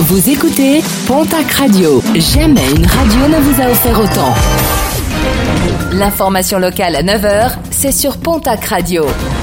Vous écoutez Pontac Radio. Jamais une radio ne vous a offert autant. L'information locale à 9h, c'est sur Pontac Radio.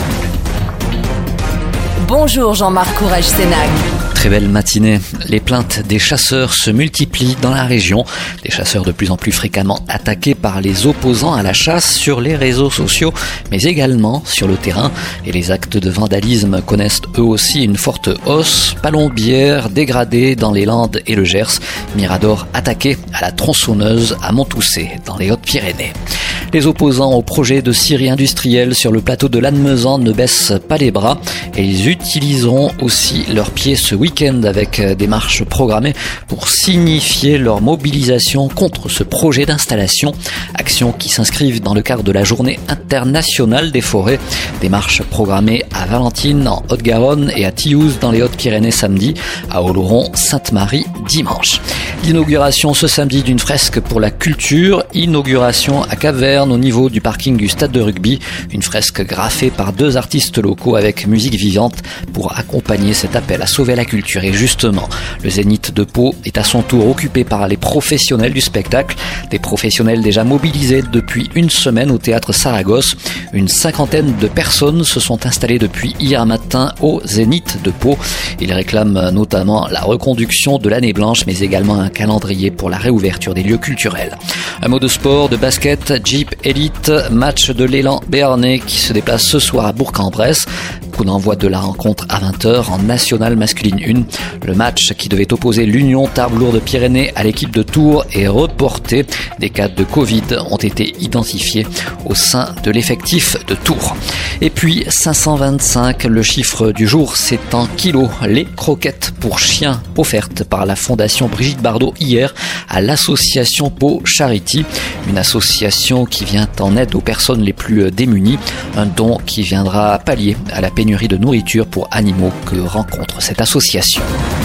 Bonjour Jean-Marc Courage-Sénac. Très belle matinée. Les plaintes des chasseurs se multiplient dans la région. Des chasseurs de plus en plus fréquemment attaqués par les opposants à la chasse sur les réseaux sociaux, mais également sur le terrain. Et les actes de vandalisme connaissent eux aussi une forte hausse. Palombières dégradées dans les Landes et le Gers. Mirador attaqué à la tronçonneuse à Montoussé, dans les Hautes-Pyrénées. Les opposants au projet de scierie industrielle sur le plateau de Lannemezan ne baissent pas les bras et ils utiliseront aussi leurs pieds ce week-end avec des marches programmées pour signifier leur mobilisation contre ce projet d'installation. Actions qui s'inscrivent dans le cadre de la journée internationale des forêts. Des marches programmées à Valentine en Haute-Garonne et à Thiouz dans les Hautes-Pyrénées samedi, à Oloron, Sainte-Marie dimanche. L'inauguration ce samedi d'une fresque pour la culture, inauguration à Cap-Verne au niveau du parking du stade de rugby, une fresque graffée par 2 artistes locaux avec musique vivante pour accompagner cet appel à sauver la culture. Et justement, le Zénith de Pau est à son tour occupé par les professionnels du spectacle, des professionnels déjà mobilisés depuis une semaine au théâtre Saragosse. Une 50aine de personnes se sont installées depuis hier matin au Zénith de Pau. Ils réclament notamment la reconduction de l'année blanche, mais également un calendrier pour la réouverture des lieux culturels. Un mot de sport, de basket, Jeep Elite, match de l'élan béarnais qui se déplace ce soir à Bourg-en-Bresse. Coup d'envoi de la rencontre à 20h en Nationale Masculine 1. Le match qui devait opposer l'Union Tarbes-Lourdes-Pyrénées à l'équipe de Tours est reporté. Des cas de Covid ont été identifiés au sein de l'effectif de Tours. Et puis 525, le chiffre du jour, c'est en kilos. Les croquettes pour chiens offertes par la Fondation Brigitte Bardot hier à l'association Pau Charity. Une association qui vient en aide aux personnes les plus démunies. Un don qui viendra pallier à la pénurie de nourriture pour animaux que rencontre cette association.